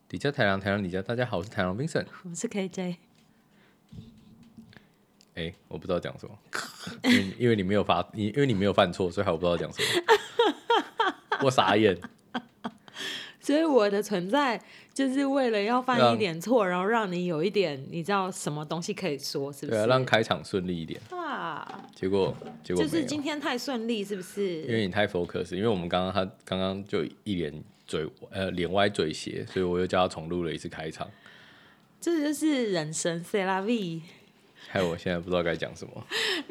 底加台郎，台郎底加，大家好，我是台郎 Vincent。 我是 KJ。 我不知道讲什么，因为你没有犯错，所以还我不知道讲什么。我傻眼。 所以我的存在就是为了要犯一点错，然后让你有一点你知道什么东西可以说，是不是？ 对啊，让开场顺利一点。 啊， 结果就是今天太顺利，是不是？ 因为你太 focus， 因为我们刚刚就一脸脸歪嘴斜，所以我又叫他重录了一次开场。 这就是人生 ，c'est la vie。 害我现在不知道该讲什么。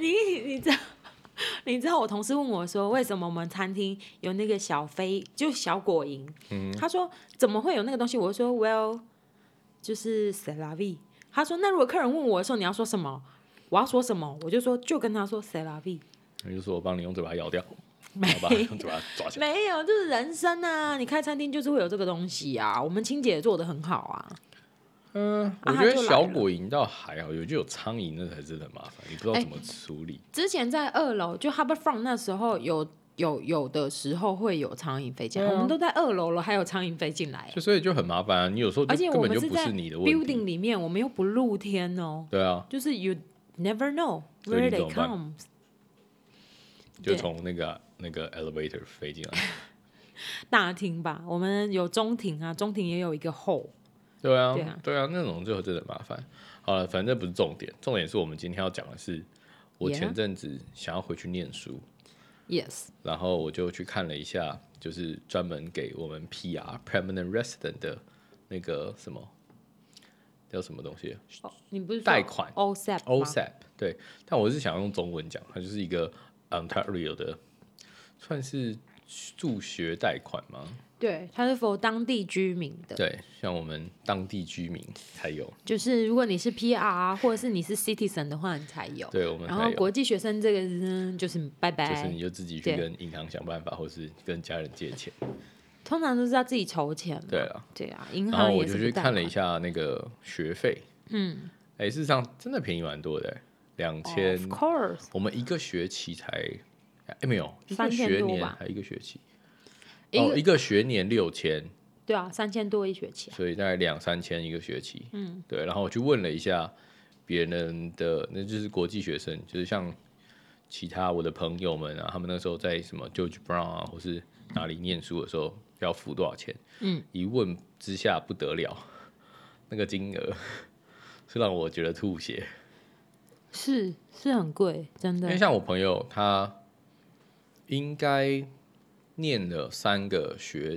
你知道我同事问我说，为什么我们餐厅有那个就小果蝇？他说怎么会有那个东西？我说 well， 就是 c'est la vie。他说那如果客人问我的时候，你要说什么？我要说什么？我就说就跟他说 c'est la vie。 你就说我帮你用嘴巴咬掉， 没好吧，用嘴巴抓起来。 没有，就是人生啊！你开餐厅就是会有这个东西啊。我们清洁做得很好啊。 我觉得小果蝇倒还好，有苍蝇那才真的很麻烦，你不知道怎么处理。 之前在2楼就 Harbourfront 那时候有的时候会有苍蝇飞进来，我们都在2楼了，还有苍蝇飞进来， 所以就很麻烦啊。你有时候就根本就不是你的问题。 而且我们是在 building 里面，我们又不露天哦。 对啊， 就是 you never know where they come， 就从那个 elevator 飞进来。 大厅吧，我们有中庭啊，中庭也有一个 hole。 对啊，那种就真的麻烦。好了，反正不是重点，重点是我们今天要讲的是，我前阵子想要回去念书 ，yes， 然后我就去看了一下，就是专门给我们 PR Permanent Resident 的那个什么叫什么东西？ 你不是贷款 OSAP 对，但我是想用中文讲，它就是一个 Ontario 的，算是助学贷款吗？ 对，它是 for 当地居民的。 对，像我们当地居民才有。 就是如果你是 PR 或者是你是 citizen 的话，你才有。 对，我们才有。 然后国际学生这个就是拜拜， 就是你就自己去跟银行想办法，或是跟家人借钱。 通常都是要自己筹钱。 对啊， 对啊，银行也是。然后我就去看了一下那个学费，事实上真的便宜蛮多的，2000。 Of course， 我们一个学期才，没有，1个学年还1个学期。一个学年6000， 对啊，3000多一学期， 所以大概2-3千一个学期。对。然后我去问了一下别人的，那就是国际学生，就是像其他我的朋友们啊，他们那时候在什么 George Brown 啊，或是哪里念书的时候要付多少钱？一问之下不得了，那个金额是让我觉得吐血。 是很贵，真的。 因为像我朋友他应该念了3个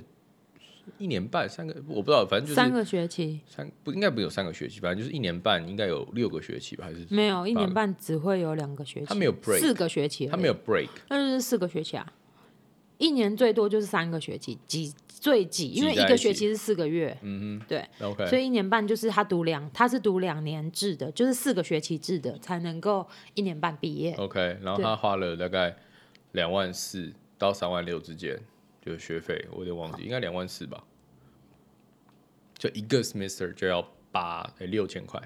1年半3个，我不知道，反正就是 3个学期， 应该不有3个学期，反正就是1年半，应该有6个学期吧？还是没有1年半只会有2个学期， 他没有 break， 4个学期， 他没有 break， 那就是4个学期啊。1年最多就是3个学期，最挤，因为1个学期是4个月，对 ，OK， 所以1年半就是他是读2年制的，就是4个学期制的，才能够1年半毕业。 OK， 然后他花了大概24000到36000之间，就是学费，我有点忘记，应该24000吧。就一个 semester 就要6000块，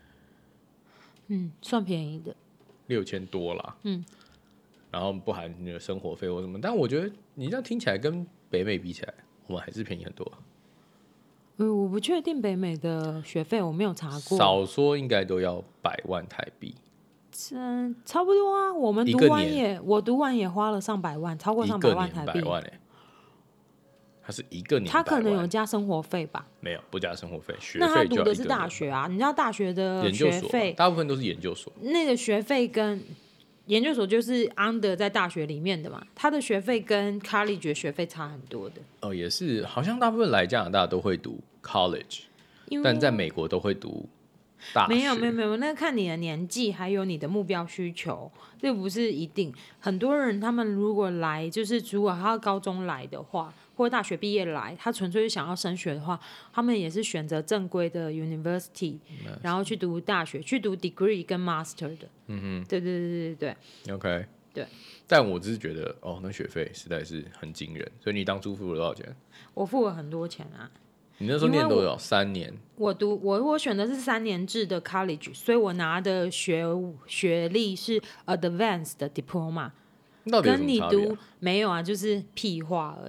算便宜的 ，6000多啦，然后不含你的生活费或什么，但我觉得你这样听起来跟北美比起来，我们还是便宜很多。 我不确定北美的学费，我没有查过， 少说应该都要100万台币。 差不多啊。我读完也花了上百万，超过上百万台币。 100万他是1个年， 他可能有加生活费吧？ 没有，不加生活费，学那他费就要读的是大学啊，你知道大学的学费， 大部分都是研究所。 那个学费跟研究所就是 under 在大学里面的嘛，他的学费跟 college 的学费差很多的。 也是，好像大部分来加拿大都会读 college， 但在美国都会读大学。 没有，那看你的年纪，还有你的目标需求，这不是一定。很多人他们如果来，就是如果他高中来的话，或者大学毕业来，他纯粹是想要升学的话，他们也是选择正规的 university，然后去读大学，去读 degree 跟 master 的。对。 OK， 对。 但我只是觉得，那学费实在是很惊人。所以你当初付了多少钱？ 我付了很多钱啊。 你那时候念多少？3年。 我选的是3年制的 college， 所以我拿的学历是 advanced 的 diploma。 到底有什么差别啊？ 跟你读没有啊，就是屁话而已。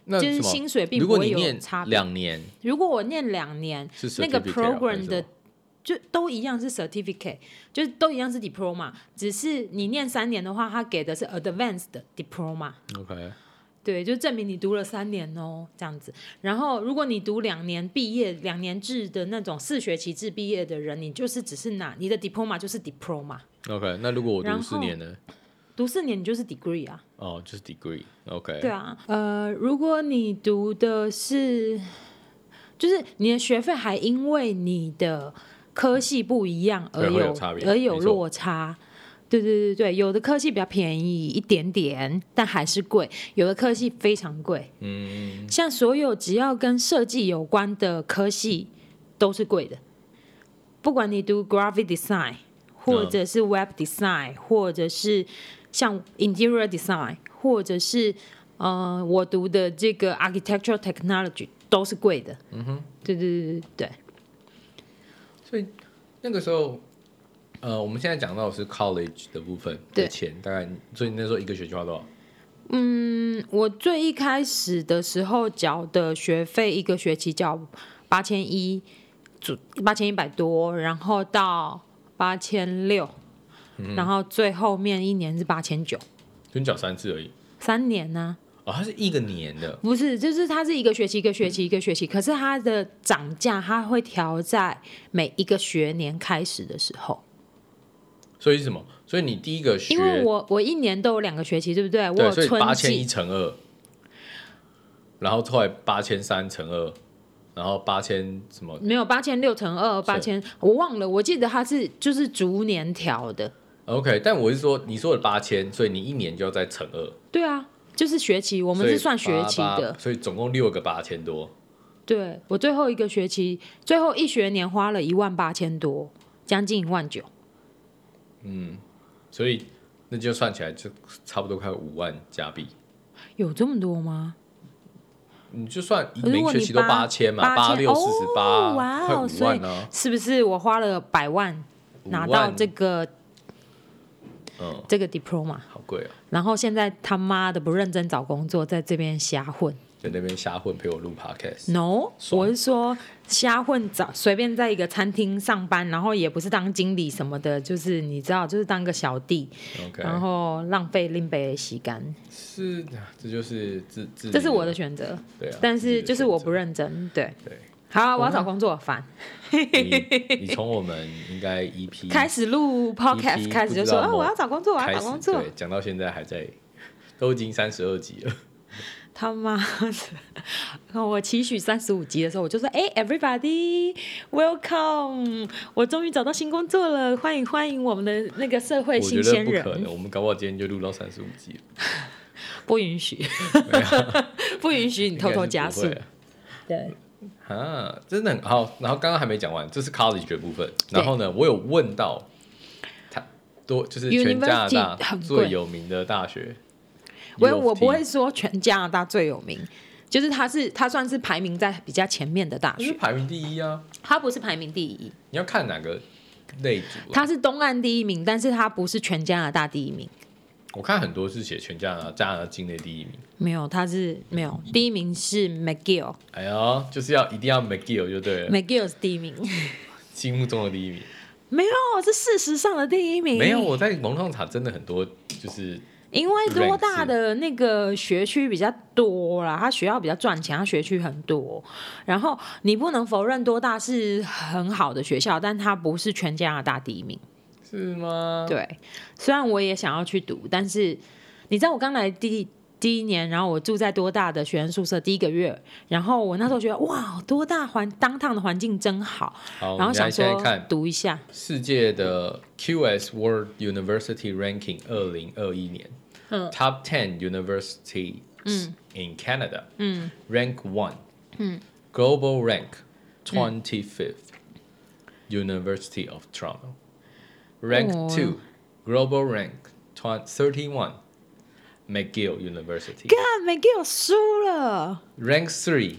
就是薪水并不会有差别。 2年， 如果我念2年，那个 program 的就都一样是 certificate， 就是都一样是 diploma， 只是你念3年的话，他给的是 advanced diploma。OK。对，就证明你读了3年哦，这样子。然后，如果你读2年毕业，2年制的那种4学期制毕业的人，你就是只是拿你的 diploma 就是 diploma。OK， 那如果我读4年呢？ 读4年你就是 degree 啊。 哦，就是 degree。OK。 对啊，如果你读的是，就是你的学费还因为你的科系不一样而有落差。对，有的科系比较便宜一点点，但还是贵；有的科系非常贵。像所有只要跟设计有关的科系都是贵的，不管你读 graphic design， 或者是 web design， 或者是像 interior design， 或者是我读的这个 architectural technology 都是贵的。对。 所以那个时候。我们现在讲到的是 college 的部分的钱，大概，所以你那时候1个学期花多少？ 我最一开始的时候缴的学费1个学期缴8100多，然后到8600，然后最后面1年是8900。 就你缴3次而已 ？3年呢？ 它是1个年的？ 不是，就是它是1个学期，可是它的涨价它会调在每1个学年开始的时候。 所以是什么？所以你第一个学， 因为我1年都有2个学期，对不对？ 对，所以8100乘2，然后后来8300乘2，然后8000什么？ 没有8600乘2，8000我忘了，我记得它是就是逐年调的。 OK， 但我是说你说的8000，所以你1年就要再乘2。 对啊，就是学期，我们是算学期的， 所以总共6个8000多。 对，我最后1个学期，最后1学年花了18000多，将近19000。 所以那就算起来就差不多快5万加币。 有这么多吗？ 你就算每学期都8000嘛，8648，快5万呢。 是不是我花了100万拿到这个diploma？ 好贵啊！ 然后现在他妈的不认真找工作，在这边瞎混。 在那边瞎混陪我录 podcast。 No， 我是说瞎混，随便在一个餐厅上班，然后也不是当经理什么的，就是你知道，就是当个小弟，然后浪费拎杯洗干。 是，这就是这是我的选择。对啊，但是就是我不认真。对。好，我要找工作，烦。 你从我们应该 EP 开始录 podcast 开始就说我要找工作，我要找工作。 对，讲到现在还在，都已经32集了。 他妈的！我期许35集的时候，我就说everybody welcome， 我终于找到新工作了，欢迎我们的那个社会新鲜人。 我觉得不可能，我们搞不好今天就录到35集了。 不允许，不允许你偷偷加速。对。 真的很好。然后刚刚还没讲完，这是 college 的部分。然后呢，我有问到就是全加拿大最有名的大学。 我不会说全加拿大最有名，就是它算是排名在比较前面的大学。 是排名第1啊。 它不是排名第1。 你要看哪个类组？ 它是东岸第1名，但是它不是全加拿大第1名。 我看很多是写全加拿大境内第1名。 没有，它是没有第1名是 McGill。 哎呦，就是一定要 McGill 就对了。 McGill 是第1名， 心目中的第1名。 没有，是事实上的第1名。 没有，我在网上查，真的很多就是。 因为多大的那个学区比较多啦，他学校比较赚钱，他学区很多。然后你不能否认多大是很好的学校，但它不是全加拿大第1名。 是吗？ 对，虽然我也想要去读，但是你知道我刚来第1年，然后我住在多大的学生宿舍第1个月，然后我那时候觉得哇，多大当的环境真好，然后想说读一下世界的 QS World University Ranking 2021年。Top 10 universities in Canada. Rank 1. Global rank 25th. University of Toronto. Rank 2. Global rank 31. McGill University. God, McGill 输了。 Rank 3.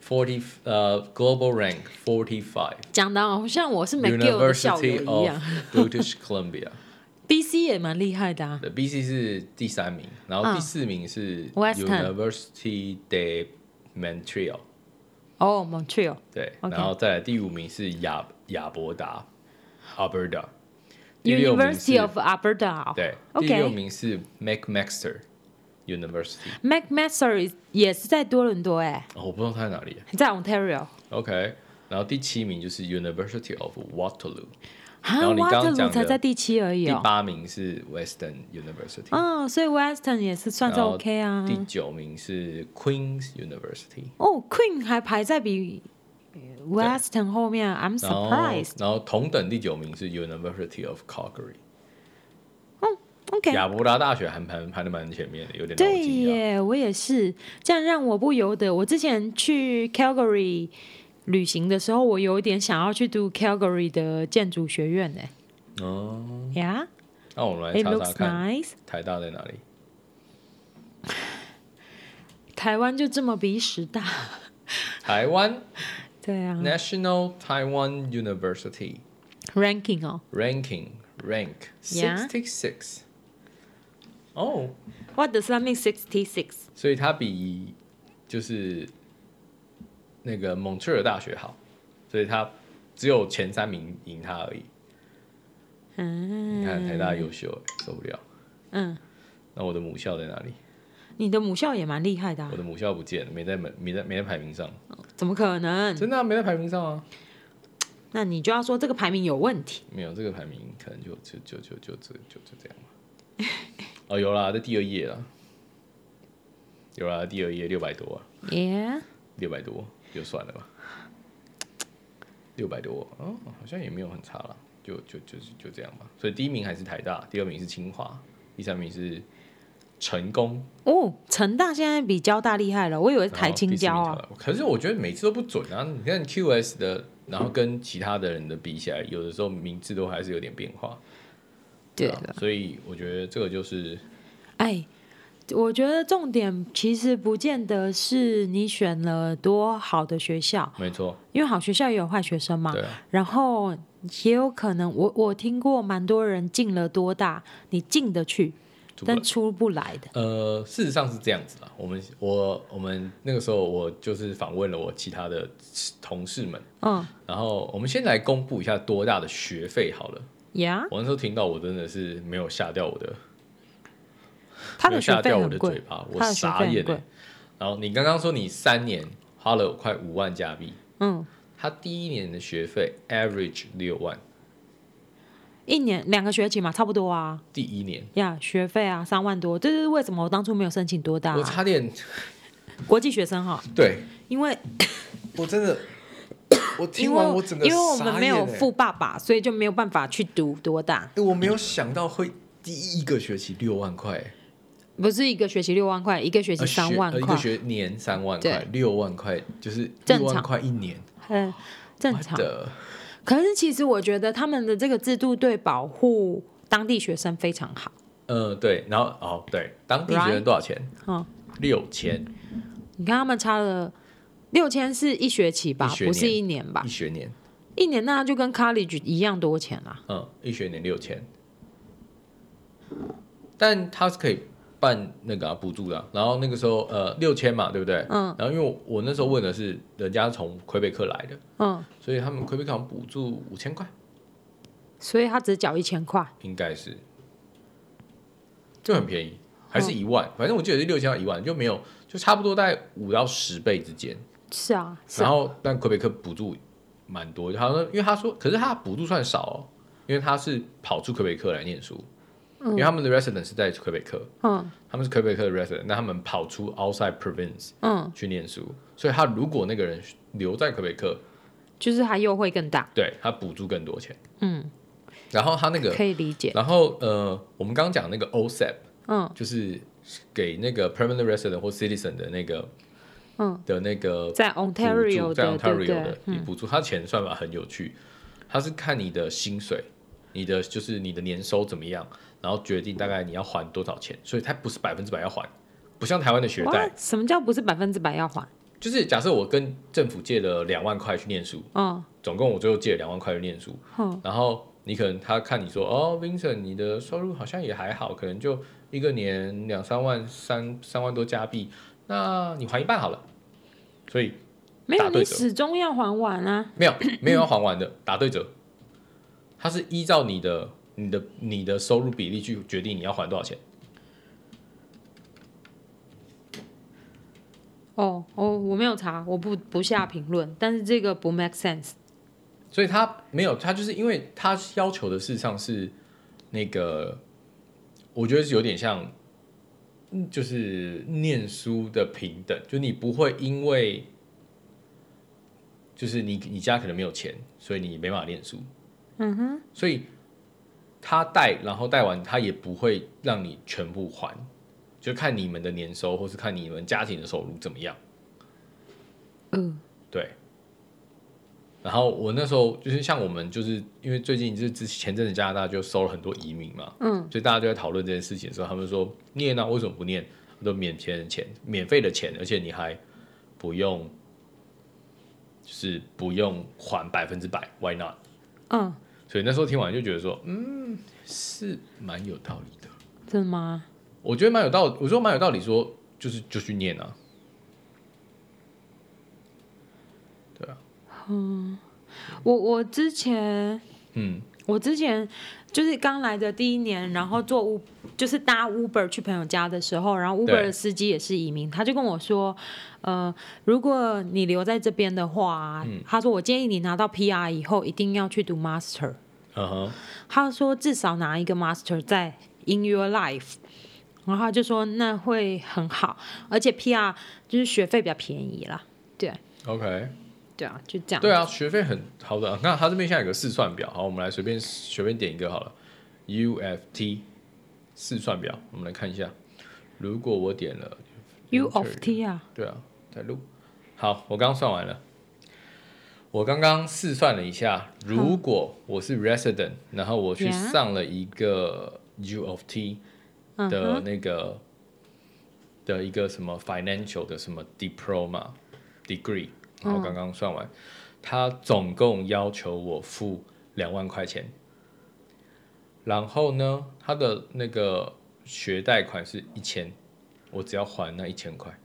Global rank 45. 讲的好像我是 McGill 的校友一样。 University of British Columbia. BC 也蛮厉害的啊。 对 BC 是第3名，然后第4名是 Western University de Montreal， 哦 Montreal， 对， OK 然后再来第5名是亚伯达 Alberta， 第6名是 University of Alberta， 对， OK 第6名是 McMaster University， McMaster 也是在多伦多我不知道它在哪里在 Ontario。 ，OK， 然后第7名就是 University of Waterloo， 啊然后你刚刚讲 Waterloo 才在第7而已第哦。 8名是 Western University， 所以 Western 也是算是 OK 啊。 第9名是 Queen's University， Queen 还排在比 Western 后面，I'm surprised。 然后同等第9名是 University of Calgary。 OK， 亚伯达大学还排得蛮前面的，有点对让我惊讶。 耶，我也是，这样让我不由得。我之前去 Calgary 旅行的时候，我有一点想要去读 Calgary 的建筑学院呢。Yeah， 那我们来 it 查查 looks 看 nice。 台大在哪里？ 台湾就这么比屎大。 台湾对啊 National Taiwan University ，ranking 哦 rank Yeah 66。哦， ，What does that mean 66？ 所以它比就是那个蒙特尔大学好，所以它只有前3名赢它而已。你看台大优秀，受不了。那我的母校在哪里？ 你的母校也蛮厉害的我的母校不见了，没在排名上。 怎么可能？ 真的没在排名上啊。 那你就要说这个排名有问题。 没有，这个排名可能就这样吧。有啦，在第2页啦。有啦，第2页600多啊。 Yeah， 600多就算了吧。600多，好像也没有很差啦，就这样吧。所以第1名还是台大，第2名是清华，第3名是成功。 成大现在比交大厉害了，我以为是台清交啊。 可是我觉得每次都不准啊。你看 QS 的，然后跟其他的人的比起来，有的时候名字都还是有点变化。 对的， 所以我觉得这个就是， 我觉得重点其实不见得是你选了多好的学校， 没错， 因为好学校也有坏学生嘛。 对啊， 然后也有可能，我听过蛮多人进了多大，你进得去，但出不来的。 事实上是这样子啦。我们那个时候，我就是访问了我其他的同事们，然后我们先来公布一下多大的学费好了。我那时候听到，我真的是没有吓掉我的， 他的学费我很贵， 的嘴巴，我傻眼欸。然后你刚刚说你3年花了快5万加币，他第1年的学费 average 6万 ，1年2个学期嘛，差不多啊。 第1年学费啊3万多，这就是为什么我当初没有申请多大。 我差点国际学生哈， 对， 因为我真的。我听完我整个傻眼， 因为我们没有富爸爸，所以就没有办法去读多大。 我没有想到会第1个学期6万块， 不是1个学期6万块，1个学期3万块， 一个学年3万块，6万块就是6万块1年， 正常。可是其实我觉得他们的这个制度对保护当地学生非常好。 对，然后对，当地学生多少钱？6000。 你看他们差了。6000是1学期吧，不是1年吧？ 一学年， 那就跟 college 一样多钱啦。 一学年6000，但他是可以办那个补助的。然后那个时候6000嘛，对不对？然后因为我那时候问的是人家从魁北克来的，所以他们魁北克好像补助5000块， 所以他只缴1000块， 应该是，就很便宜，还是1万，反正我记得是6000到1万，就没有，就差不多在5到10倍之间。 是啊， 然后但魁北克补助蛮多，好像因为他说，可是他的补助算少哦，因为他是跑出魁北克来念书，因为他们的 resident 是在魁北克，他们是魁北克的 resident， 那他们跑出 outside province，去念书，所以他如果那个人留在魁北克， 就是他优惠更大， 对他补助更多钱，然后他那个可以理解， 然后我们刚刚讲那个 OSEP，就是给那个 permanent resident 或 citizen 的那个。的那个在 Ontario 的补助，它钱算法很有趣，它是看你的薪水，就是你的年收怎么样，然后决定大概你要还多少钱，所以它不是100%要还，不像台湾的学贷。 什么叫不是100%要还？ 就是假设我跟政府借了2万块去念书，总共我最后借了2万块去念书，然后你可能他看你说哦，Vincent，你的收入好像也还好，可能就一个年2-3万3万多加币，那你还一半好了。所以没有，你打对折， 始终要还完啊。 没有要还完的，打对折。它是依照你的收入比例去决定你要还多少钱。 我没有查，我不下评论，但是这个不 make sense。 所以他没有，他就是因为他要求的事实上是那个，我觉得是有点像，就是念书的平等，就你不会因为就是你家可能没有钱，所以你没办法念书。所以他贷，然后贷完他也不会让你全部还，就看你们的年收，或是看你们家庭的收入怎么样。对。然后我那时候就是像我们，就是因为最近就是前阵子加拿大就收了很多移民嘛，所以大家就在讨论这件事情的时候，他们说念啊，为什么不念？都免费的钱，而且你还不用，就是不用还100%，Why not？所以那时候听完就觉得说，是蛮有道理的。 真的吗？ 我觉得蛮有道理，我说蛮有道理说，就去念啊。对啊。 我之前就是刚来的第一年，然后就是搭 Uber 去朋友家的时候，然后 Uber 的司机也是移民，他就跟我说，如果你留在这边的话，他说我建议你拿到 PR 以后一定要去读 Master。他说至少拿一个 Master 在 In Your Life， 然后他就说那会很好，而且 PR 就是学费比较便宜啦。对 ，OK。 对啊，就这样。 对啊，学费很好的。那他这边现在有个试算表，好，我们来随便点一个好了。UFT 试算表，我们来看一下。如果我点了 UFT 啊， 对啊，在录。好，我刚刚算完了。我刚刚试算了一下，如果我是 resident，然后我去上了一个 UFT 的那个的一个什么 financial 的什么 diploma degree。然后刚刚算完，他总共要求我付2万块钱，然后呢，他的那个学贷款是1000，我只要还那1000块，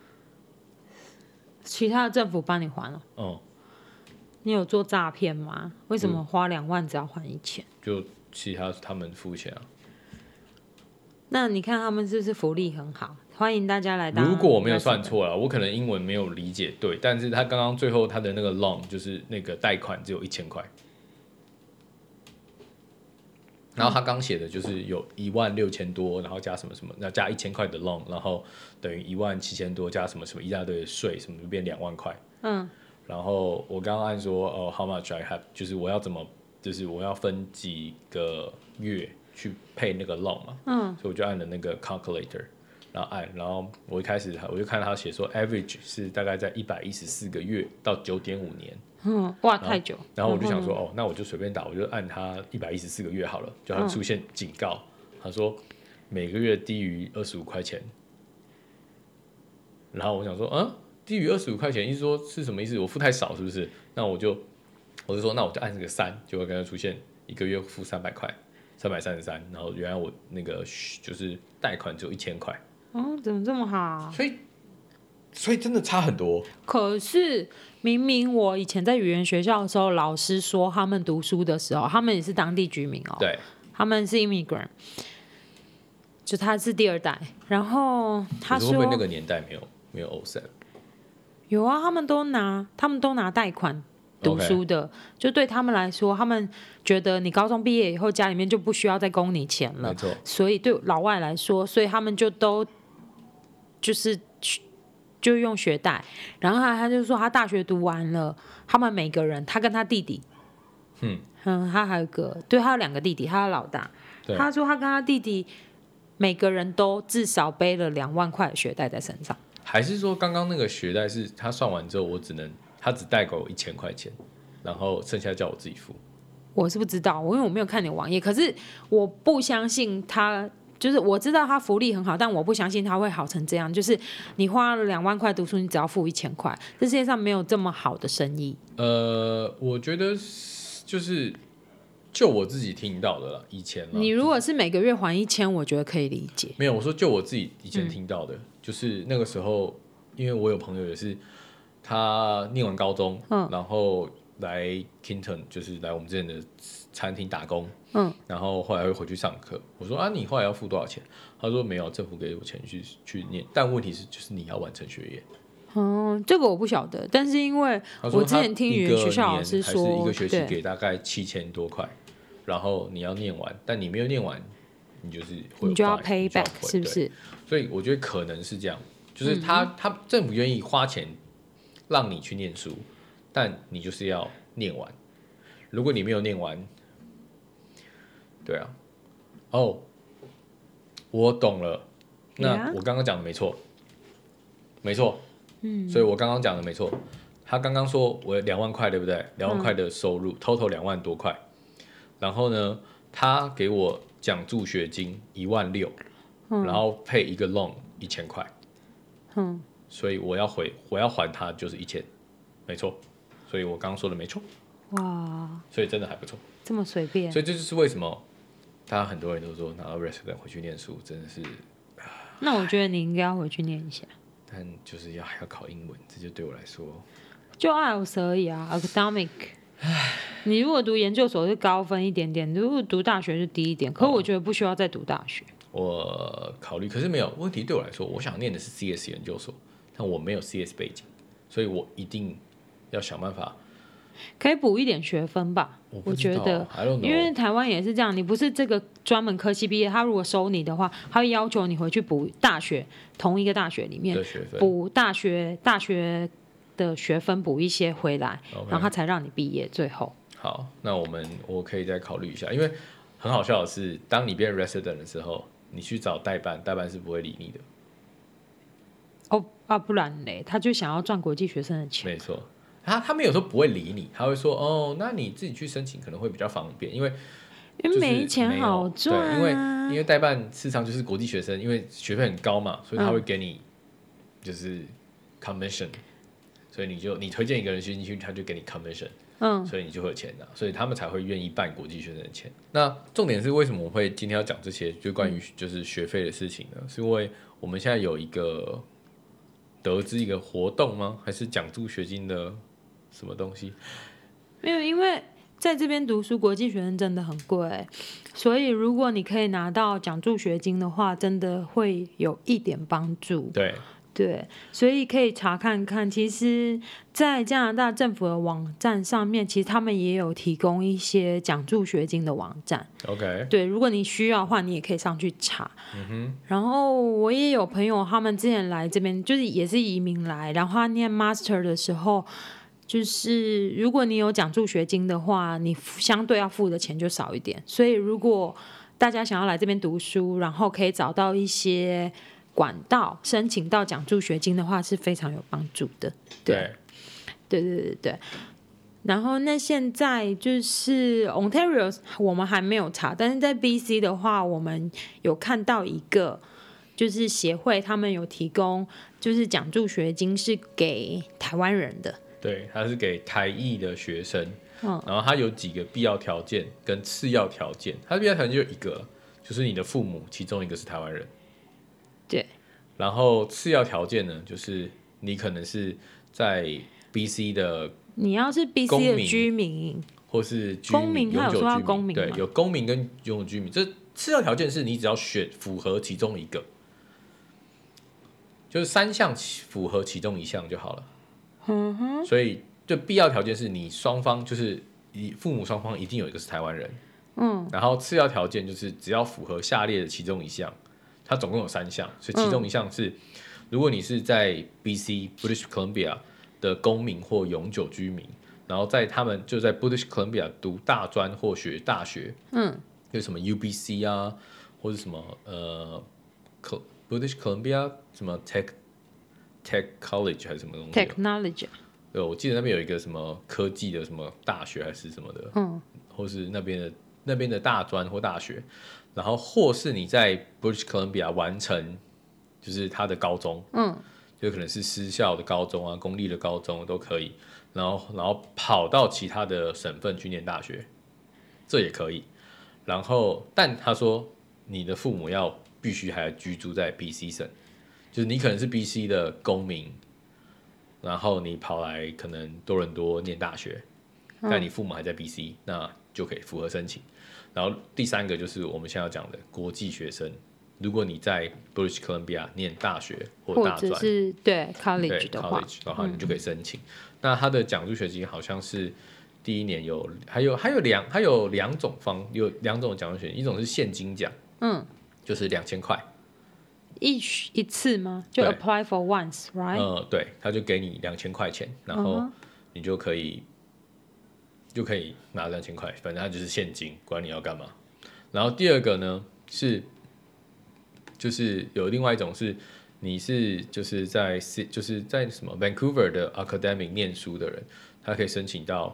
其他的政府帮你还了。你有做诈骗吗？为什么花2万只要还1000？ 就其他们付钱啊。 那你看他们是不是福利很好？欢迎大家来当。 如果我没有算错了，我可能英文没有理解对，但是他刚刚最后他的那个 loan 就是那个贷款只有1000块，然后他刚写的就是有16000多，然后加什么什么，那加1000块的 loan， 然后等于17000多加什么什么一大堆的税，什么就变2万块。然后我刚刚按说how much I have， 就是我要怎么，就是我要分几个月去配那个 loan 嘛，所以我就按了那个 calculator。然后我一开始我就看他写说 average 是大概在114个月到9.5年。 哇，太久。 然后我就想说，那我就随便打，我就按他114个月好了，就它出现警告，他说每个月低于25块钱。然后我想说，低于25块钱，意思说是什么意思？我付太少是不是？那我就说，那我就按这个3，就会跟他出现一个月付300块，333，然后原来我那个就是贷款只有1000块。 怎么这么好？ 所以真的差很多。 可是明明我以前在语言学校的时候，老师说他们读书的时候，他们也是当地居民哦。 对， 他们是 immigrant， 就他是第2代。然后他说， 会不会那个年代没有 OSAP？ 有啊，他们都拿贷款读书的，就对他们来说，他们觉得你高中毕业以后，家里面就不需要再供你钱了。 没错。 所以对老外来说，所以他们就都就用学贷。然后他就说，他大学读完了，他们每个人，他跟他弟弟，他还有他有2个弟弟，他是老大。他说他跟他弟弟每个人都至少背了2万块的学贷在身上。 还是说刚刚那个学贷是他算完之后，他只贷给我1000块钱，然后剩下叫我自己付？ 我是不知道，因为我没有看你网页，可是我不相信他。就是我知道他福利很好，但我不相信他会好成这样。就是你花了2万块读书，你只要付1000块，这世界上没有这么好的生意。 我觉得就是就我自己听到的啦，以前啦， 你如果是每个月还1000，我觉得可以理解。 没有，我说就我自己以前听到的，就是那个时候，因为我有朋友也是，他念完高中，然后来 Kinton， 就是来我们之前的餐厅打工，然后后来会回去上课。我说啊，你后来要付多少钱？他说没有，政府给我钱去念，但问题是就是你要完成学业。 这个我不晓得，但是因为我之前听语言学校老师说， 还是一个学期给大概7000多块，然后你要念完，但你没有念完，你就是会有你就要 fine， pay back，是不是？ 所以我觉得可能是这样，就是他政府愿意花钱让你去念书，但你就是要念完。如果你没有念完，对啊，哦，我懂了。那我刚刚讲的没错，没错。所以我刚刚讲的没错。他刚刚说我2万块，对不对？2万块的收入，total 2万多块。然后呢，他给我奖助学金16000，然后配一个 loan 1000块。所以我要还他就是1000，没错。所以我刚刚说的没错。 哇， 所以真的还不错。 这么随便。 所以这就是为什么大家很多人都说拿到 resident 回去念书真的是。 那我觉得你应该要回去念一下。 但就是还要考英文，这就对我来说就IELTS而已啊 ，academic。你如果读研究所是高分一点点，如果读大学就低一点。可我觉得不需要再读大学。 我考虑，可是没有问题。对我来说，我想念的是 CS 研究所，但我没有 CS 背景，所以我一定要想办法。 可以补一点学分吧，我觉得，因为台湾也是这样，你不是这个专门科系毕业，他如果收你的话，他会要求你回去补大学同一个大学里面补大学的学分补一些回来，然后他才让你毕业。最后， 好，那我可以再考虑一下，因为很好笑的是，当你变 resident 的时候，你去找代办，代办是不会理你的。 不然嘞，他就想要赚国际学生的钱。 没错。他没有说不会理你，他会说哦，那你自己去申请可能会比较方便，因为没钱好赚因为代办事实上就是国际学生，因为学费很高嘛，所以他会给你就是 commission，所以你推荐一个人进去，他就给你 commission，所以你就会有钱拿，所以他们才会愿意办国际学生的钱。那重点是为什么我会今天要讲这些，就关于就是学费的事情呢？是因为我们现在有一个得知一个活动吗？还是奖助学金的？什么东西？ 没有，因为在这边读书，国际学生真的很贵，所以如果你可以拿到奖助学金的话，真的会有一点帮助。对，所以可以查看看。其实，在加拿大政府的网站上面，其实他们也有提供一些奖助学金的网站。 OK， 对，如果你需要的话，你也可以上去查。然后我也有朋友，他们之前来这边，就是也是移民来，然后他念 Master 的时候。就是如果你有奖助学金的话，你相对要付的钱就少一点。所以如果大家想要来这边读书，然后可以找到一些管道申请到奖助学金的话，是非常有帮助的。对。然后那现在就是 Ontario 我们还没有查，但是在 BC 的话，我们有看到一个就是协会，他们有提供就是奖助学金是给台湾人的。 对，它是给台裔的学生，然后它有几个必要条件跟次要条件。它的必要条件就一个，就是你的父母其中一个是台湾人。 对。 然后次要条件呢，就是你可能是在 BC 的， 你要是 BC 的居民， 或是公民，他有说要公民， 对，有公民跟永久居民。这次要条件是你只要符合其中一个，就是3项符合其中1项就好了。所以就必要条件是你双方就是父母双方一定有一个是台湾人，然后次要条件就是只要符合下列的其中1项，它总共有3项，所以其中1项是，如果你是在 BC British Columbia 的公民或永久居民，然后在他们就在 British Columbia 读大专或学大学，有什么 UBC 啊，或者什么British Columbia 什么 Tech College 还是什么东西 ？Technology。 对，我记得那边有一个什么科技的什么大学还是什么的，或是那边的大专或大学，然后或是你在 British Columbia 完成就是他的高中，就可能是私校的高中啊，公立的高中都可以，然后跑到其他的省份去念大学。 这也可以。然后，但他说你的父母必须还要居住在 BC 省，就是你可能是 BC 的公民，然后你跑来可能多伦多念大学，但你父母还在 BC，那就可以符合申请。然后第三个就是我们现在要讲的国际学生，如果你在 British Columbia 念大学或大专， 或者是对 college 的话， 然后你就可以申请。那他的奖助学金好像是第一年还有两种奖助学金，一种是现金奖，就是2000块一次吗？就 apply for once，right？ 对，他就给你2000块钱，然后你就可以拿2000块，反正它就是现金，管你要干嘛。然后第二个呢就是有另外一种是你是就是在什么 Vancouver 的 academic 念书的人，他可以申请到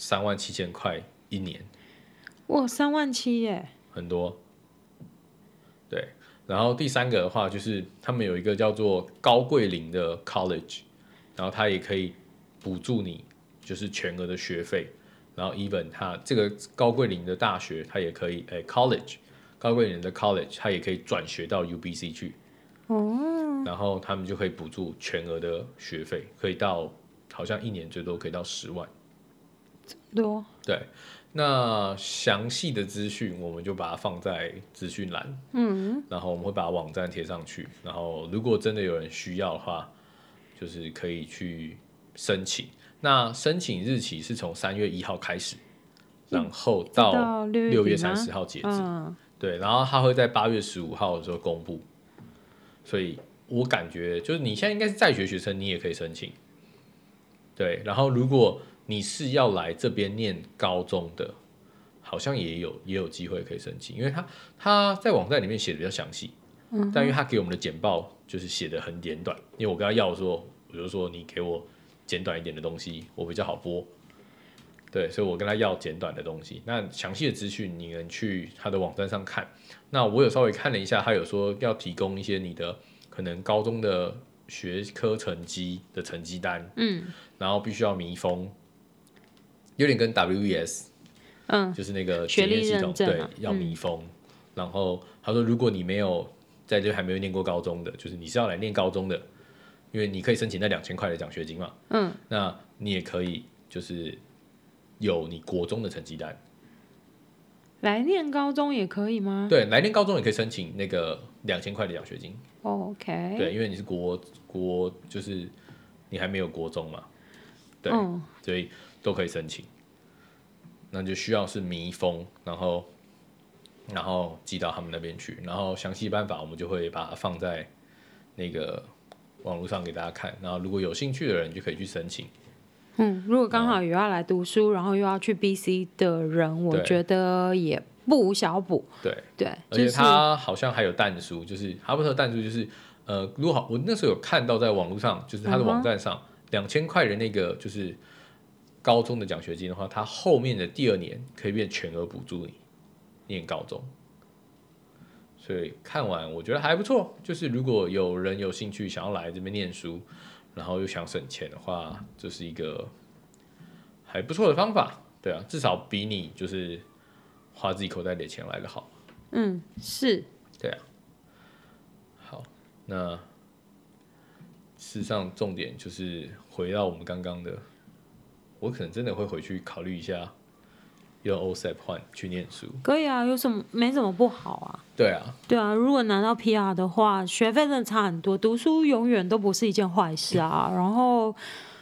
37000块一年。 哇，37000耶， 很多。对，然后第三个的话就是他们有一个叫做高桂林的 college， 然后他也可以补助你就是全额的学费。然后 even 他这个高桂林的大学，他也可以college， 高桂林的 college 他也可以转学到 UBC 去，然后他们就可以补助全额的学费，可以到好像一年最多可以到10万， 这么多。 对，那详细的资讯我们就把它放在资讯栏，然后我们会把网站贴上去，然后如果真的有人需要的话，就是可以去申请。那申请日期是从3月1号开始，然后到6月30号截止，对，然后他会在8月15号的时候公布。所以我感觉就是你现在应该是在学学生，你也可以申请，对。然后如果你是要来这边念高中的，好像也有机会可以申请，因为他在网站里面写的比较详细，但因为他给我们的简报就是写的很简短，因为我跟他要说，我就说你给我简短一点的东西，我比较好播。对，所以我跟他要简短的东西。那详细的资讯你能去他的网站上看。那我有稍微看了一下，他有说要提供一些你的可能高中的学科成绩的成绩单，然后必须要密封，有点跟 WES，就是那个检验系统，对，要密封。然后他说，如果你没有在这还没有念过高中的，就是你是要来念高中的，因为你可以申请那2000块的奖学金嘛，那你也可以就是有你国中的成绩单， 来念高中也可以吗？ 对，来念高中也可以申请那个2000块的奖学金。 OK， 对，因为你是国就是你还没有国中嘛，对，所以都可以申请。那就需要是密封，然后寄到他们那边去，然后详细办法我们就会把它放在那个网络上给大家看。然后如果有兴趣的人就可以去申请。 如果刚好有要来读书，然后又要去 BC 的人，我觉得也不无小补。对， 而且他好像还有但书，就是哈伯特但书，就是如果我那时候有看到在网络上，就是他的网站上2000块的那个就是高中的奖学金的话，他后面的第2年可以变全额补助你念高中。所以看完我觉得还不错，就是如果有人有兴趣想要来这边念书，然后又想省钱的话，这是一个还不错的方法，对啊，至少比你就是花自己口袋里的钱来的好。 是， 对啊。好，那事实上重点就是回到我们刚刚的，我可能真的会回去考虑一下用 OSAP 换去念书。 可以啊，没什么不好啊。 对啊， 如果拿到 PR 的话，学费真的差很多，读书永远都不是一件坏事啊。然后，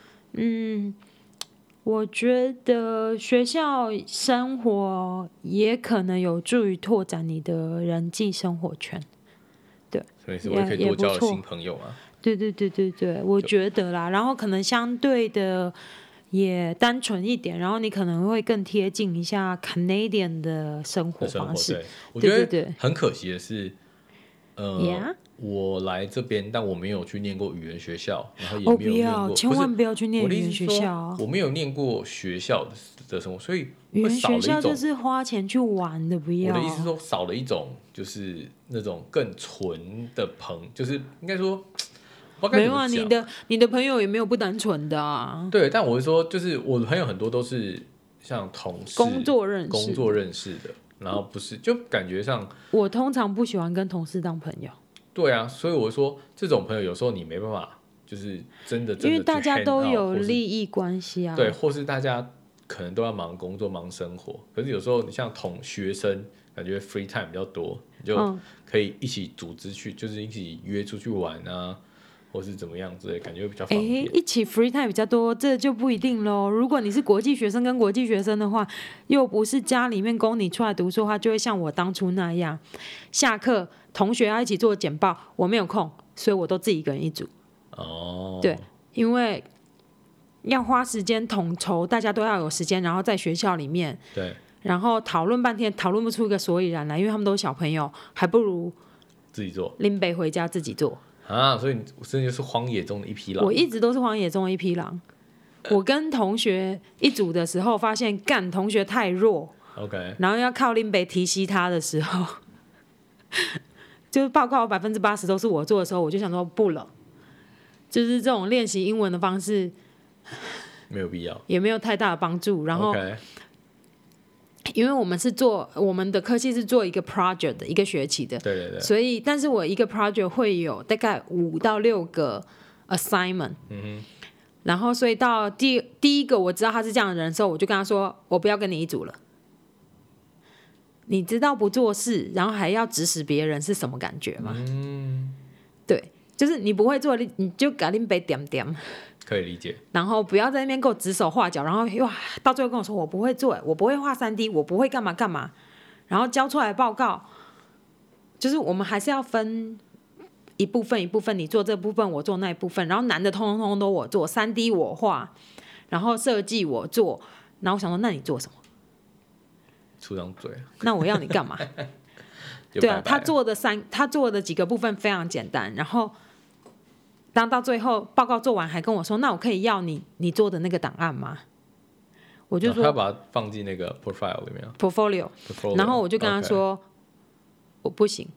我觉得学校生活也可能有助于拓展你的人际生活圈。对， 所以我也可以多交了新朋友啊。 对，我觉得啦。然后可能相对的也单纯一点，然后你可能会更贴近一下 Canadian 的生活方式。 对，我觉得很可惜的是，我来这边，但我没有去念过语言学校，然后也没有念过， 千万不要去念语言学校。 我没有念过学校的生活，所以语言学校就是花钱去玩的，不要。 我的意思是说，少了一种就是那种更纯的就是应该说。 没有啊，你的朋友也没有不单纯的啊。 对，但我是说，就是我的朋友很多都是像同事工作认识的，然后不是就感觉上， 我通常不喜欢跟同事当朋友。 对啊，所以我说这种朋友有时候你没办法，就是真的因为大家都有利益关系啊， 对，或是大家可能都要忙工作、忙生活，可是有时候你像学生，感觉 free time 比较多，你就可以一起组织去，就是一起约出去玩啊，或是怎么样之类，感觉会比较方便。 一起 free time 比较多，这就不一定咯。如果你是国际学生跟国际学生的话，又不是家里面供你出来读书的话，就会像我当初那样，下课同学要一起做简报，我没有空，所以我都自己一个人一组。 哦， 对，因为要花时间统筹，大家都要有时间，然后在学校里面， 对， 然后讨论半天，讨论不出一个所以然来，因为他们都是小朋友，还不如自己做， 拎北回家自己做啊。所以你真的就是荒野中的一匹狼。 我一直都是荒野中的一匹狼。我跟同学一组的时候，发现干同学太弱 ，OK， 然后要靠拎北提携他的时候，就是报告80%都是我做的时候，我就想说不了，就是这种练习英文的方式没有必要， 也没有太大的帮助。然后 OK， 因为我们的科系是做一个 project 的一个学期的， 对对对， 所以但是我一个 project 会有大概5到6个 assignment，然后所以到第一个我知道他是这样的人的时候，我就跟他说我不要跟你一组了。你知道不做事，然后还要指使别人是什么感觉吗？对，就是你不会做，你就赶紧被点点。 可以理解。 然后不要在那边给我指手画脚，然后哇，到最后跟我说我不会做，我不会画3D，我不会干嘛干嘛，然后交出来的报告，就是我们还是要分一部分一部分，你做这部分，我做那一部分，然后难的通通都我做，3D 我画，然后设计我做，然后我想说那你做什么？ 出张嘴， 那我要你干嘛？对啊，他做的几个部分非常简单，然后当到最后报告做完，还跟我说，那我可以要你做的那个档案吗？我就说他把它放进那个 profile 里面 portfolio， 然后我就跟他说，我不行，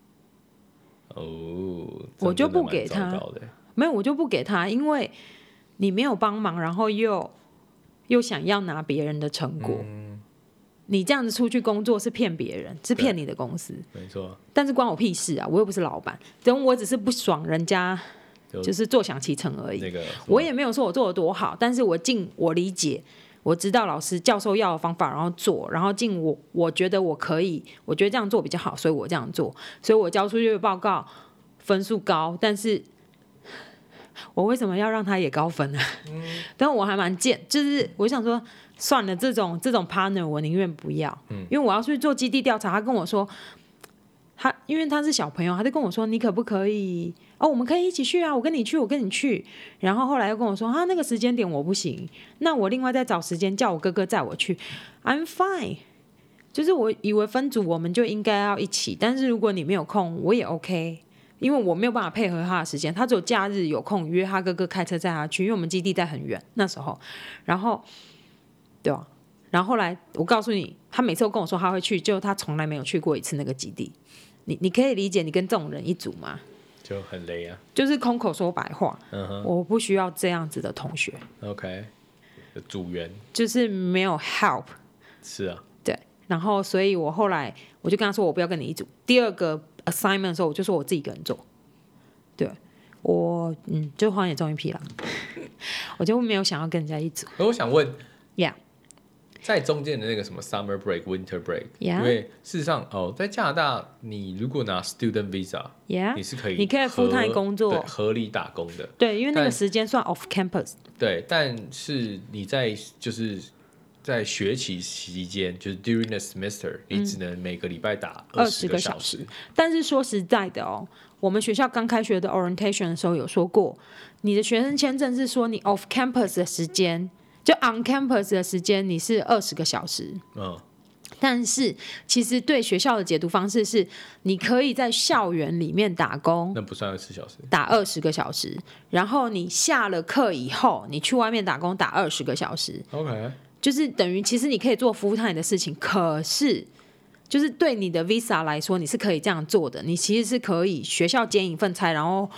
我就不给他，没有，我就不给他，因为你没有帮忙，然后又想要拿别人的成果。你这样子出去工作是骗别人，是骗你的公司， 没错。 但是关我屁事啊！我又不是老板，等我只是不爽人家，就是坐享其成而已。我也没有说我做的多好，但是我尽我理解，我知道老师教授要的方法，然后做，然后尽我觉得我可以，我觉得这样做比较好，所以我这样做，所以我交出去的报告分数高，但是我为什么要让他也高分呢？但我还蛮贱，就是我想说。算了，这种 partner 我宁愿不要，因为我要去做基地调查。他跟我说，因为他是小朋友，他就跟我说，你可不可以？我们可以一起去啊，我跟你去。然后后来又跟我说，那个时间点我不行，那我另外再找时间叫我哥哥载我去。I'm fine， 就是我以为分组我们就应该要一起，但是如果你没有空，我也 OK。因为我没有办法配合他的时间，他只有假日有空约他哥哥开车载他去，因为我们基地在很远那时候，然后。对啊，然后后来我告诉你，他每次都跟我说他会去，就他从来没有去过一次那个基地。你可以理解你跟这种人一组吗？ 就很累啊， 就是空口说白话。我不需要这样子的同学。 OK， 组员就是没有 help。 是啊， 对，然后所以我后来我就跟他说，我不要跟你一组。第二个 assignment 的时候，我就说我自己一个人做。对，我就荒野中一匹狼，我就没有想要跟人家一组。 我想问 ，Yeah。 在中间的那个什么 summer break、winter break， 因为事实上在加拿大，你如果拿 student visa， 你是可以 full time 工作， 合理打工的。 对，因为那个时间算 off campus。 对，但是你就是在学期期间，就是 during the semester， 你只能每个礼拜打20个小时。 但是说实在的我们学校刚开学的 orientation 的时候有说过，你的学生签证是说你 off campus 的时间。就 on campus 的时间你是20个小时，但是其实对学校的解读方式是，你可以在校园里面打工， 那不算24小时， 打20个小时，然后你下了课以后，你去外面打工打20个小时 ，OK， 就是等于其实你可以做 full time 的事情，可是就是对你的 visa 来说，你是可以这样做的，你其实是可以学校兼一份差，然后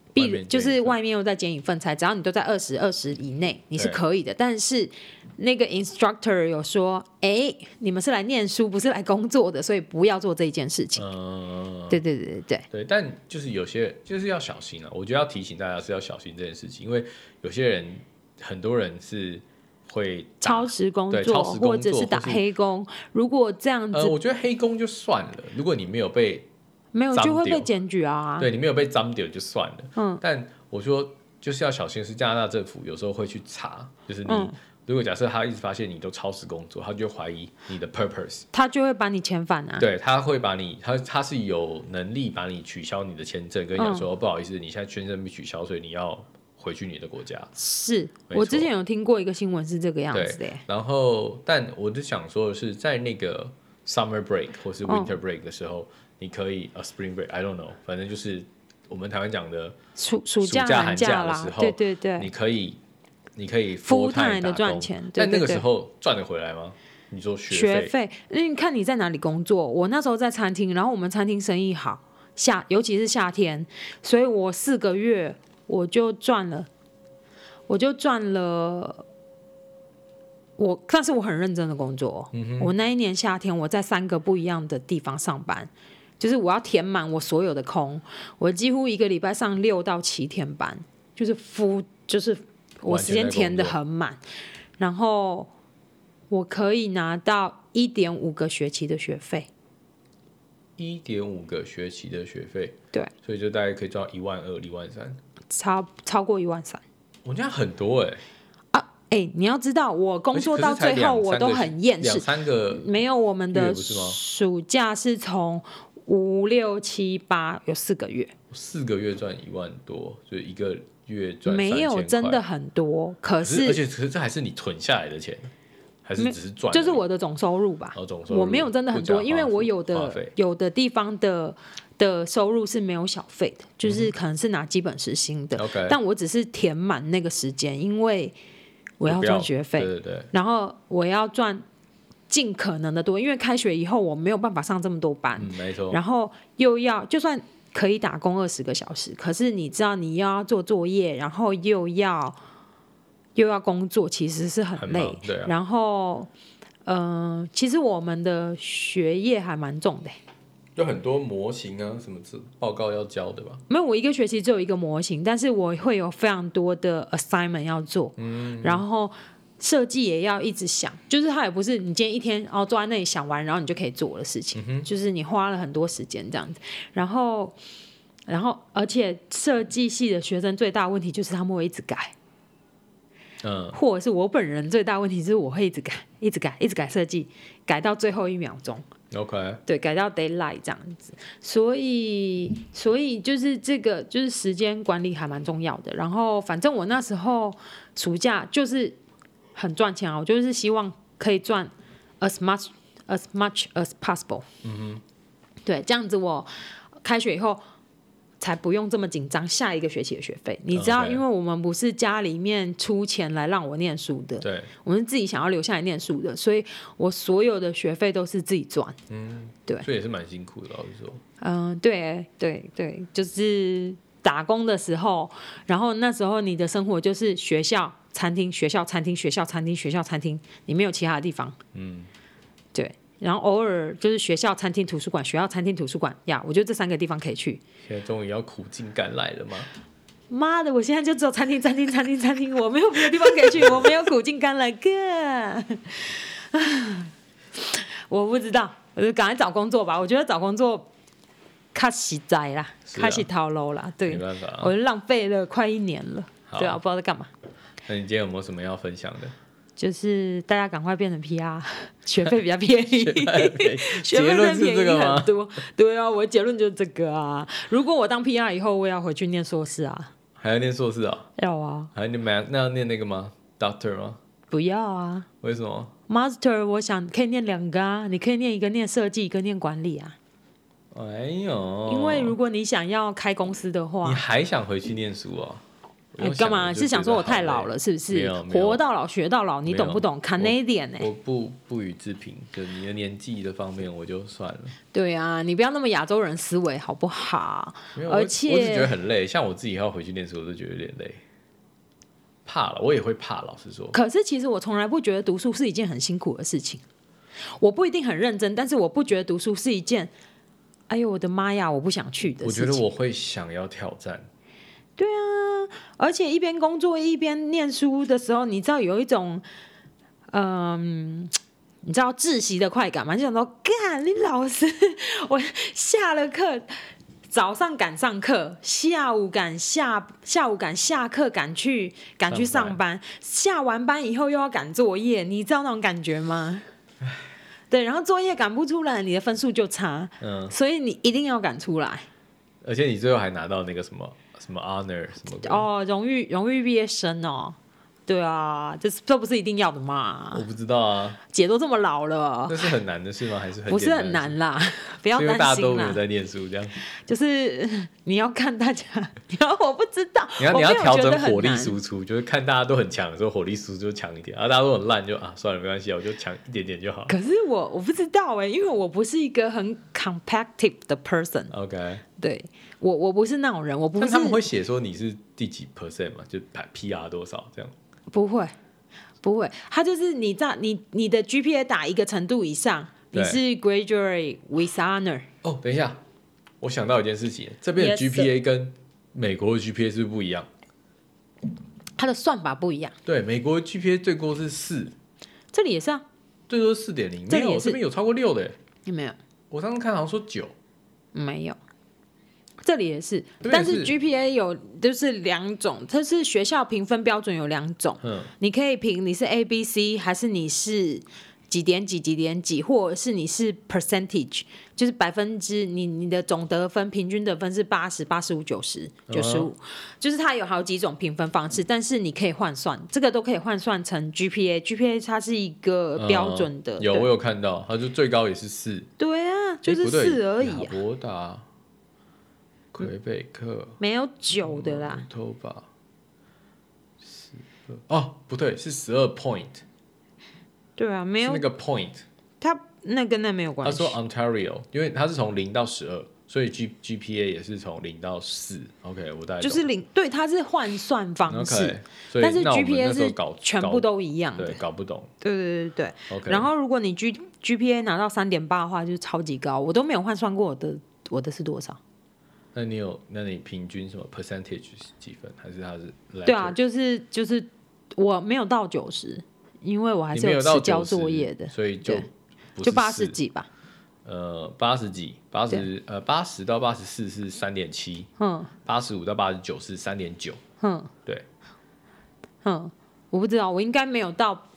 就是外面又再减一份菜，只要你都在20以内，你是可以的。但是那个 instructor 有说，你们是来念书，不是来工作的，所以不要做这一件事情。对， 但就是有些就是要小心啊，我觉得要提醒大家是要小心这件事情，因为有些人很多人是会超时工作，或者是打黑工。如果这样子， 我觉得黑工就算了，如果你没有就会被检举啊。 对，你没有被脏掉就算了。但我说就是要小心，是加拿大政府有时候会去查，就是你如果假设他一直发现你都超时工作，他就怀疑你的 purpose， 他就会把你遣返啊。 对，他会把你，他是有能力把你取消你的签证，跟你讲说，不好意思，你现在签证被取消，所以你要回去你的国家。 是我之前有听过一个新闻是这个样子的。 然后，但我就想说的是，在那个 summer break 或是 winter break 的时候，你可以spring break，I don't know， 反正就是我们台湾讲的暑假寒假的时候， 对， 你可以 full time 的赚钱， 但那个时候赚得回来吗？你说学费， 你看你在哪里工作？我那时候在餐厅，然后我们餐厅生意好，尤其是夏天，所以我4个月我就赚了，但是我很认真的工作。我那一年夏天我在3个不一样的地方上班，就是我要填满我所有的空，我几乎1个礼拜上6到7天班，就是我时间填得很满，然后我可以拿到1.5个学期的学费。 1.5个学期的学费， 对， 所以就大概可以赚12000、13000， 超过13000。 我这样很多你要知道，我工作到最后我都很厌世。 2-3个没有，我们的暑假是从5、6、7、8有4个月 ，4个月赚1万多，就1个月赚3000块， 没有真的很多。可是这还是你囤下来的钱，还是只是赚？ 就是我的总收入吧。 总收入我没有真的很多，因为我有的地方的收入是没有小费的，就是可能是拿基本时薪的。但我只是填满那个时间，因为我要赚学费， 对， 然后我要赚尽可能的多，因为开学以后我没有办法上这么多班， 没错。 然后又要就算可以打工20个小时，可是你知道你又要做作业，然后又要工作，其实是很累。 对啊。 然后其实我们的学业还蛮重的。 有很多模型啊，什么报告要交的吧？ 没有，我1个学期只有1个模型，但是我会有非常多的 assignment 要做，然后设计也要一直想，就是它也不是你今天一天坐在那里想完，然后你就可以做的事情，就是你花了很多时间这样子。然后而且设计系的学生最大的问题就是他们会一直改。或者是我本人最大的问题是我会一直改设计，改到最后1秒钟。 OK， 对，改到 deadline 这样子，所以就是这个就是时间管理还蛮重要的。然后反正我那时候暑假就是很赚钱我就是希望可以赚 as much as possible。对，这样子我开学以后才不用这么紧张下一个学期的学费。你知道，因为我们不是家里面出钱来让我念书的， 对， 我们是自己想要留下来念书的，所以我所有的学费都是自己赚。对， 所以也是蛮辛苦的，老实说。对，就是打工的时候，然后那时候你的生活就是学校、餐厅、学校、餐厅、学校、餐厅、学校、餐厅，你没有其他的地方。对。然后偶尔就是学校、餐厅、图书馆，学校、餐厅、图书馆呀，我觉得这3个地方可以去。 现在终于要苦尽甘来了吗？ 妈的，我现在就只有餐厅，我没有别的地方可以去，我没有苦尽甘来哥。我不知道，我就赶快找工作吧。我觉得找工作较实在啦，较是套路啦。对， 没办法我就浪费了快1年了。对啊，我不知道在干嘛。 那你今天有没有什么要分享的？ 就是大家赶快变成 PR， 学费比较便宜。 结论是这个吗？ 对啊，我的结论就是这个啊。如果我当 PR 以后，我也要回去念硕士啊。 还要念硕士啊？ 要啊。 还要念那要念那个吗 ？Doctor 吗？ 不要啊。 为什么 ？Master 我想可以念2个啊，你可以念一个念设计，一个念管理啊。 哎呦。 因为如果你想要开公司的话， 你还想回去念书啊？ 干嘛？是想说我太老了是不是？活到老学到老，你懂不懂 ？Canadian 我不予置评，就你的年纪的方面我就算了。 对啊，你不要那么亚洲人思维好不好？而且我只觉得很累，像我自己要回去念书，我都觉得有点累。怕了，我也会怕，老实说。 可是其实我从来不觉得读书是一件很辛苦的事情。我不一定很认真，但是我不觉得读书是一件，哎呦我的妈呀，我不想去的事情。 我觉得我会想要挑战。 对啊，而且一边工作一边念书的时候，你知道有一种，你知道窒息的快感吗？就想说，干你老师，我下了课。早上赶上课，下午赶下课，赶去上班，下完班以后又要赶作业，你知道那种感觉吗？对，然后作业赶不出来，你的分数就差，所以你一定要赶出来。 而且你最后还拿到那个什么 honor 什么的哦，荣誉毕业生哦。对啊，这不是一定要的嘛？ 我不知道啊， 姐都这么老了， 那是很难的事吗？还是很不是很难啦？不要担心啦， 因为大家都没有在念书，这样就是你要看大家，我不知道， 你要调整火力输出，就是看大家都很强的时候，火力输出就强一点；然后大家都很烂，就算了，没关系，我就强一点点就好。 可是我不知道因为我不是一个很 competitive 的 person。OK， 对我不是那种人，我不是。但他们会写说你是第几 percent 嘛？就PR 多少这样？ 不会，他就是你的 GPA 打一个程度以上，你是 graduate with honor。 哦，等一下，我想到一件事情，这边的 GPA 跟美国的 GPA 是不是不一样？ 它的算法不一样。 对，美国的 GPA 最多是4， 这里也是啊， 最多是4.0，没有，这边有超过6的。 没有， 我上次看好像说9， 没有。这里也是，但是 GPA 有就是2种，它是学校评分标准有2种，你可以评你是 A、B、C 还是你是几点几，或者是你是 percentage， 就是%，你的总得分平均得分是80、85、90、95，就是它有好几种评分方式，但是你可以换算，这个都可以换算成 GPA 它是一个标准的。 我有看到，它就最高也是4。 对啊，就是4而已啊。 博达。魁北克没有9的啦。 不对，是12 point。 对啊，没有是那个 point。 他那跟那没有关系。 他说 Ontario， 因为他是从0到12，所以 GPA 也是从0到4。OK， 我大概就是0，对，它是换算方式， 但是 GPA 是全部都一样的。 对，搞不懂。 对。 Okay， 然后如果你 GPA 拿到3.8的话，就是超级高，我都没有换算过我的是多少。 那你平均什么 percentage 是几分？还是它是？ 对啊，就是我没有到90，因为我还是有迟交作业的， 所以就 80几吧。 80几，80到84是3.7， 85到89是3.9，对， 我不知道，我应该没有到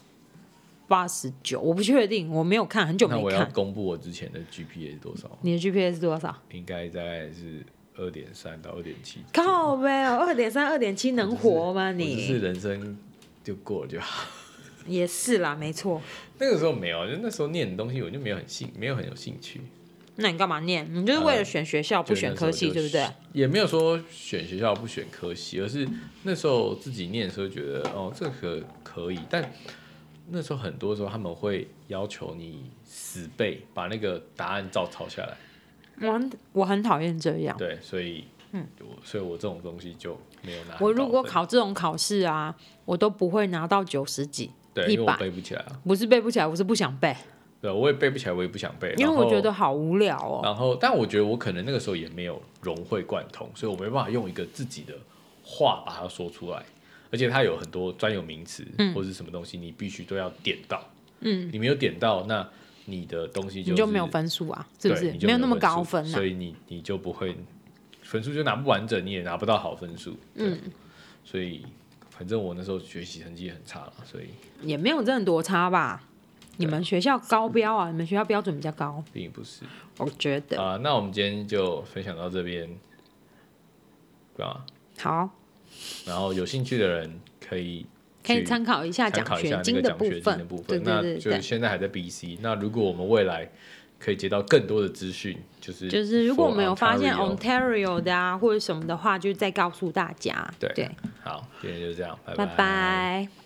89，我不确定，我没有看，很久没看。 那我要公布我之前的 GPA 是多少？ 你的 GPA 是多少？ 应该大概是2.3到2.7。 靠呗，2.3、2.7能活吗你？ 就是人生就过了就好。 也是啦，没错。 那个时候没有，就那时候念的东西我就没有很有兴趣。 那你干嘛念？你就是为了选学校不选科系，对不对？ 也没有说选学校不选科系，而是那时候自己念的时候觉得这个可以，但那时候很多时候他们会要求你死背把那个答案照抄下来。 我很讨厌这样。 对，所以我这种东西就没有拿。 我如果考这种考试啊，我都不会拿到90几。 对，因为我背不起来啊。 不是背不起来，我是不想背。 对，我也背不起来，我也不想背， 因为我觉得好无聊哦。 然后，但我觉得我可能那个时候也没有融会贯通，所以我没办法用一个自己的话把它说出来。而且它有很多专有名词或是什么东西，你必须都要点到。你没有点到，那你的东西你就没有分数啊，是不是？没有那么高分啊， 所以你就不会分数就拿不完整，你也拿不到好分数。所以反正我那时候学习成绩也很差了，所以也没有真的多差吧。你们学校高标啊？你们学校标准比较高， 并不是。 我觉得那我们今天就分享到这边，对吧？ 好。 然后有兴趣的人可以参考一下奖学金的部分。 那就现在还在 BC。那如果我们未来可以接到更多的资讯， 就是如果我们有发现 for Ontario 的啊或者什么的话，就再告诉大家。 对，好，今天就这样，拜拜拜。